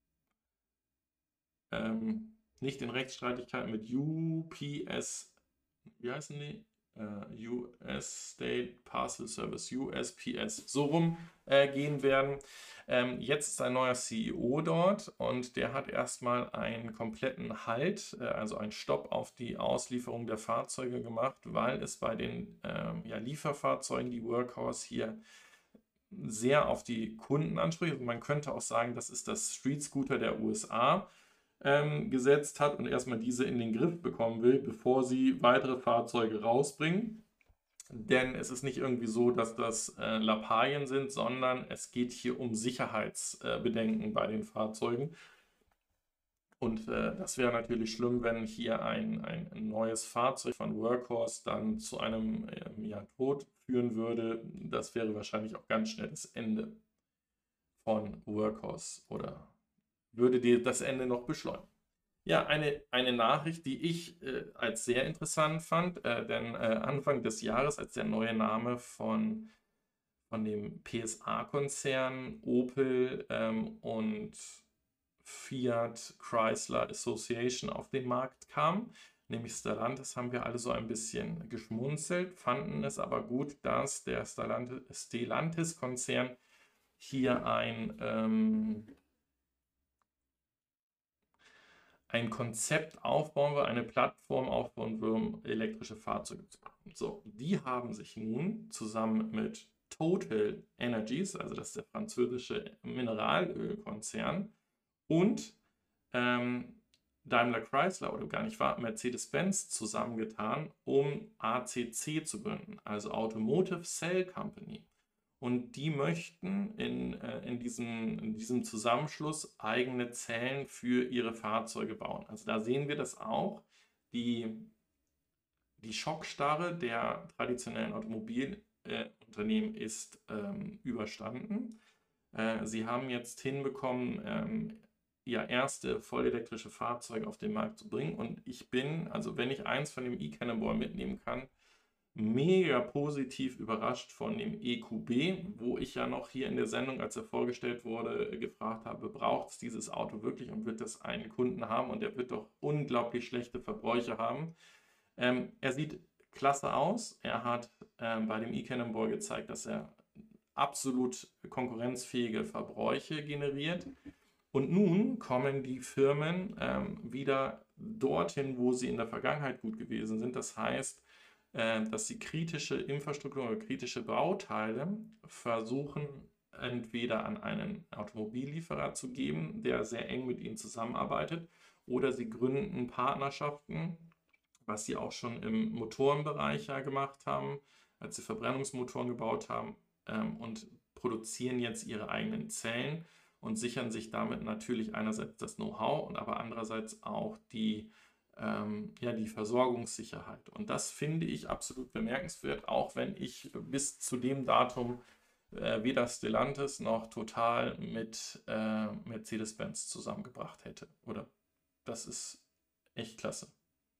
Nicht in Rechtsstreitigkeiten mit UPS, wie heißen die? US State Parcel Service, USPS, so rum gehen werden. Jetzt ist ein neuer CEO dort und der hat erstmal einen kompletten Halt, also einen Stopp auf die Auslieferung der Fahrzeuge gemacht, weil es bei den Lieferfahrzeugen, die Workhorse hier sehr auf die Kunden anspricht. Also man könnte auch sagen, das ist das Street Scooter der USA gesetzt hat und erstmal diese in den Griff bekommen will, bevor sie weitere Fahrzeuge rausbringen. Denn es ist nicht irgendwie so, dass das Lappalien sind, sondern es geht hier um Sicherheitsbedenken bei den Fahrzeugen. Und das wäre natürlich schlimm, wenn hier ein neues Fahrzeug von Workhorse dann zu einem Tod führen würde. Das wäre wahrscheinlich auch ganz schnell das Ende von Workhorse oder würde dir das Ende noch beschleunigen. Ja, eine Nachricht, die ich als sehr interessant fand, denn Anfang des Jahres, als der neue Name von dem PSA-Konzern Opel und Fiat Chrysler Association auf den Markt kam, nämlich Stellantis, haben wir alle so ein bisschen geschmunzelt, fanden es aber gut, dass der Stellantis-Konzern hier ein Konzept aufbauen will, eine Plattform aufbauen will, um elektrische Fahrzeuge zu machen. So, die haben sich nun zusammen mit Total Energies, also das ist der französische Mineralölkonzern, und Daimler Chrysler oder gar nicht wahr, Mercedes-Benz zusammengetan, um ACC zu gründen, also Automotive Cell Company. Und die möchten in diesem Zusammenschluss eigene Zellen für ihre Fahrzeuge bauen. Also da sehen wir das auch. Die Schockstarre der traditionellen Automobilunternehmen ist überstanden. Sie haben jetzt hinbekommen, erste vollelektrische Fahrzeuge auf den Markt zu bringen. Und ich bin, also wenn ich eins von dem eCannonball mitnehmen kann, mega positiv überrascht von dem EQB, wo ich ja noch hier in der Sendung, als er vorgestellt wurde, gefragt habe, braucht es dieses Auto wirklich und wird das einen Kunden haben und der wird doch unglaublich schlechte Verbräuche haben. Er sieht klasse aus. Er hat bei dem eCannonball gezeigt, dass er absolut konkurrenzfähige Verbräuche generiert. Und nun kommen die Firmen wieder dorthin, wo sie in der Vergangenheit gut gewesen sind. Das heißt, dass sie kritische Infrastruktur oder kritische Bauteile versuchen, entweder an einen Automobillieferer zu geben, der sehr eng mit ihnen zusammenarbeitet, oder sie gründen Partnerschaften, was sie auch schon im Motorenbereich ja gemacht haben, als sie Verbrennungsmotoren gebaut haben, und produzieren jetzt ihre eigenen Zellen und sichern sich damit natürlich einerseits das Know-how und aber andererseits auch die Versorgungssicherheit. Und das finde ich absolut bemerkenswert, auch wenn ich bis zu dem Datum weder Stellantis noch Total mit Mercedes-Benz zusammengebracht hätte. Oder das ist echt klasse.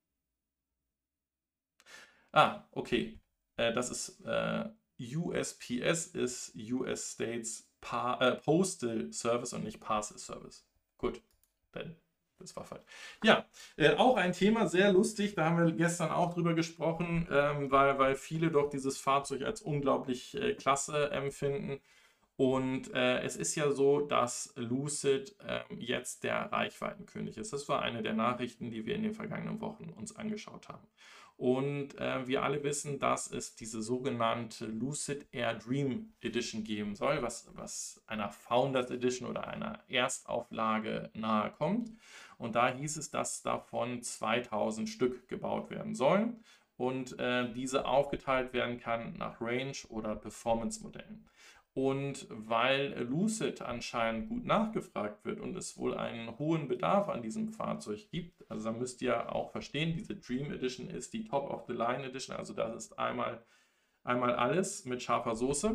Ah, okay. Das ist USPS ist US States Postal Service und nicht Parcel Service. Gut, denn das war falsch. Ja, auch ein Thema, sehr lustig, da haben wir gestern auch drüber gesprochen, weil viele doch dieses Fahrzeug als unglaublich klasse empfinden. Und es ist ja so, dass Lucid jetzt der Reichweitenkönig ist. Das war eine der Nachrichten, die wir in den vergangenen Wochen uns angeschaut haben. Und wir alle wissen, dass es diese sogenannte Lucid Air Dream Edition geben soll, was einer Founders Edition oder einer Erstauflage nahe kommt. Und da hieß es, dass davon 2000 Stück gebaut werden sollen und diese aufgeteilt werden kann nach Range- oder Performance-Modellen. Und weil Lucid anscheinend gut nachgefragt wird und es wohl einen hohen Bedarf an diesem Fahrzeug gibt, also da müsst ihr auch verstehen, diese Dream Edition ist die Top-of-the-Line Edition, also das ist einmal alles mit scharfer Soße,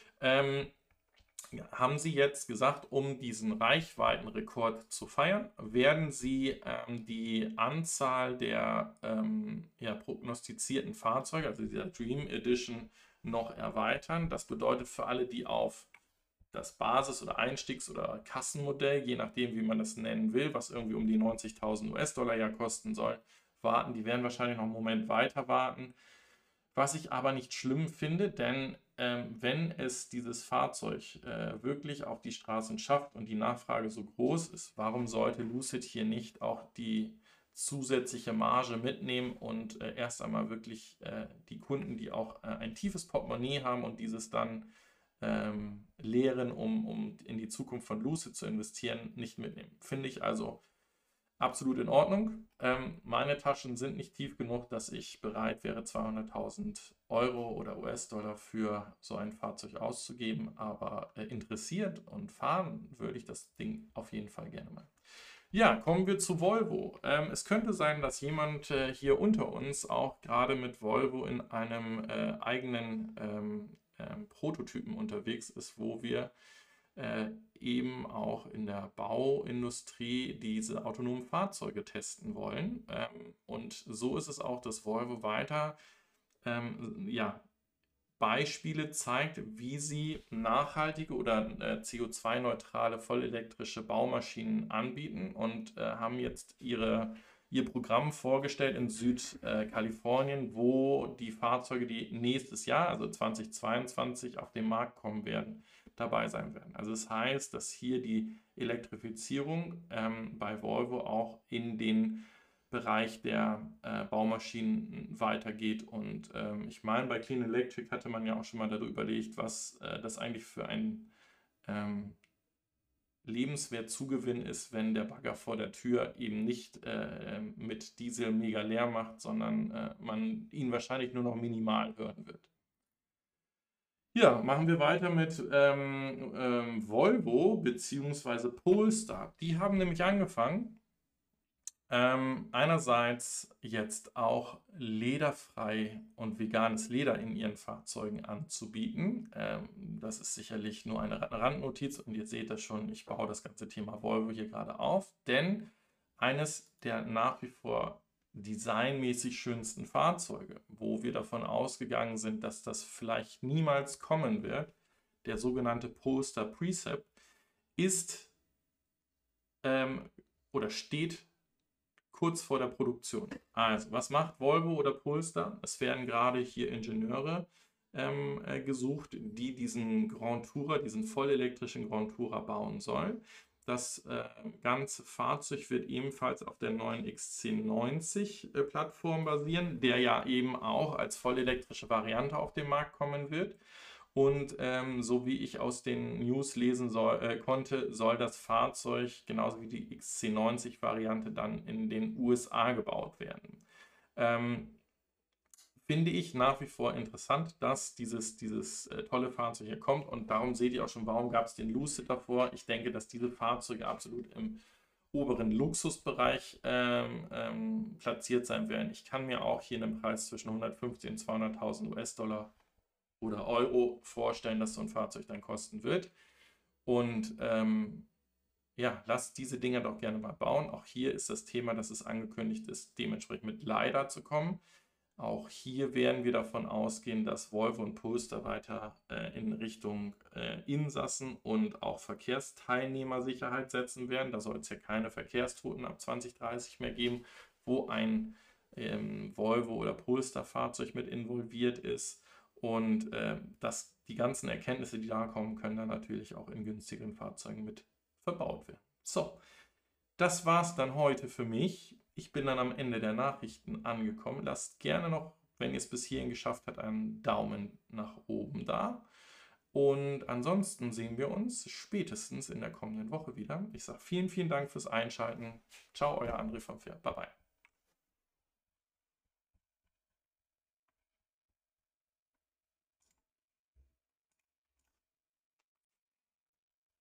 haben sie jetzt gesagt, um diesen Reichweitenrekord zu feiern, werden sie die Anzahl der prognostizierten Fahrzeuge, also dieser Dream Edition, noch erweitern. Das bedeutet für alle, die auf das Basis- oder Einstiegs- oder Kassenmodell, je nachdem, wie man das nennen will, was irgendwie um die 90.000 US-Dollar ja kosten soll, warten. Die werden wahrscheinlich noch einen Moment weiter warten. Was ich aber nicht schlimm finde, denn wenn es dieses Fahrzeug wirklich auf die Straßen schafft und die Nachfrage so groß ist, warum sollte Lucid hier nicht auch die zusätzliche Marge mitnehmen und erst einmal wirklich die Kunden, die auch ein tiefes Portemonnaie haben und dieses dann leeren, um in die Zukunft von Lucid zu investieren, nicht mitnehmen. Finde ich also absolut in Ordnung. Meine Taschen sind nicht tief genug, dass ich bereit wäre, 200.000 Euro oder US-Dollar für so ein Fahrzeug auszugeben, aber interessiert und fahren würde ich das Ding auf jeden Fall gerne mal. Ja, kommen wir zu Volvo. Es könnte sein, dass jemand hier unter uns auch gerade mit Volvo in einem eigenen Prototypen unterwegs ist, wo wir eben auch in der Bauindustrie diese autonomen Fahrzeuge testen wollen. Und so ist es auch, dass Volvo weiter Beispiele zeigt, wie sie nachhaltige oder CO2-neutrale vollelektrische Baumaschinen anbieten und haben jetzt ihr Programm vorgestellt in Südkalifornien, wo die Fahrzeuge, die nächstes Jahr, also 2022, auf den Markt kommen werden, dabei sein werden. Also das heißt, dass hier die Elektrifizierung bei Volvo auch in den Bereich der Baumaschinen weitergeht. Und ich meine, bei Clean Electric hatte man ja auch schon mal darüber überlegt, was das eigentlich für ein Lebenswertzugewinn ist, wenn der Bagger vor der Tür eben nicht mit Diesel mega leer macht, sondern man ihn wahrscheinlich nur noch minimal hören wird. Ja, machen wir weiter mit Volvo bzw. Polestar. Die haben nämlich angefangen, einerseits jetzt auch lederfrei und veganes Leder in ihren Fahrzeugen anzubieten. Das ist sicherlich nur eine Randnotiz und ihr seht das schon, ich baue das ganze Thema Volvo hier gerade auf, denn eines der nach wie vor designmäßig schönsten Fahrzeuge, wo wir davon ausgegangen sind, dass das vielleicht niemals kommen wird, der sogenannte Polestar Precept, ist oder steht kurz vor der Produktion. Also, was macht Volvo oder Polestar? Es werden gerade hier Ingenieure gesucht, die diesen Grand Tourer, diesen vollelektrischen Grand Tourer bauen sollen. Das ganze Fahrzeug wird ebenfalls auf der neuen XC90-Plattform basieren, der ja eben auch als vollelektrische Variante auf den Markt kommen wird. Und so wie ich aus den News lesen konnte, soll das Fahrzeug genauso wie die XC90-Variante dann in den USA gebaut werden. Finde ich nach wie vor interessant, dass dieses tolle Fahrzeug hier kommt, und darum seht ihr auch schon, warum gab es den Lucid davor. Ich denke, dass diese Fahrzeuge absolut im oberen Luxusbereich platziert sein werden. Ich kann mir auch hier einen Preis zwischen 150 und 200.000 US-Dollar oder Euro vorstellen, dass so ein Fahrzeug dann kosten wird. Und ja, lasst diese Dinger doch gerne mal bauen. Auch hier ist das Thema, dass es angekündigt ist, dementsprechend mit LiDAR zu kommen. Auch hier werden wir davon ausgehen, dass Volvo und Polestar weiter in Richtung Insassen und auch Verkehrsteilnehmersicherheit setzen werden. Da soll es ja keine Verkehrstoten ab 2030 mehr geben, wo ein Volvo oder Polestar-Fahrzeug mit involviert ist. Und dass die ganzen Erkenntnisse, die da kommen, können dann natürlich auch in günstigeren Fahrzeugen mit verbaut werden. So, das war es dann heute für mich. Ich bin dann am Ende der Nachrichten angekommen. Lasst gerne noch, wenn ihr es bis hierhin geschafft habt, einen Daumen nach oben da. Und ansonsten sehen wir uns spätestens in der kommenden Woche wieder. Ich sage vielen, vielen Dank fürs Einschalten. Ciao, euer André vom Pferd. Bye, bye.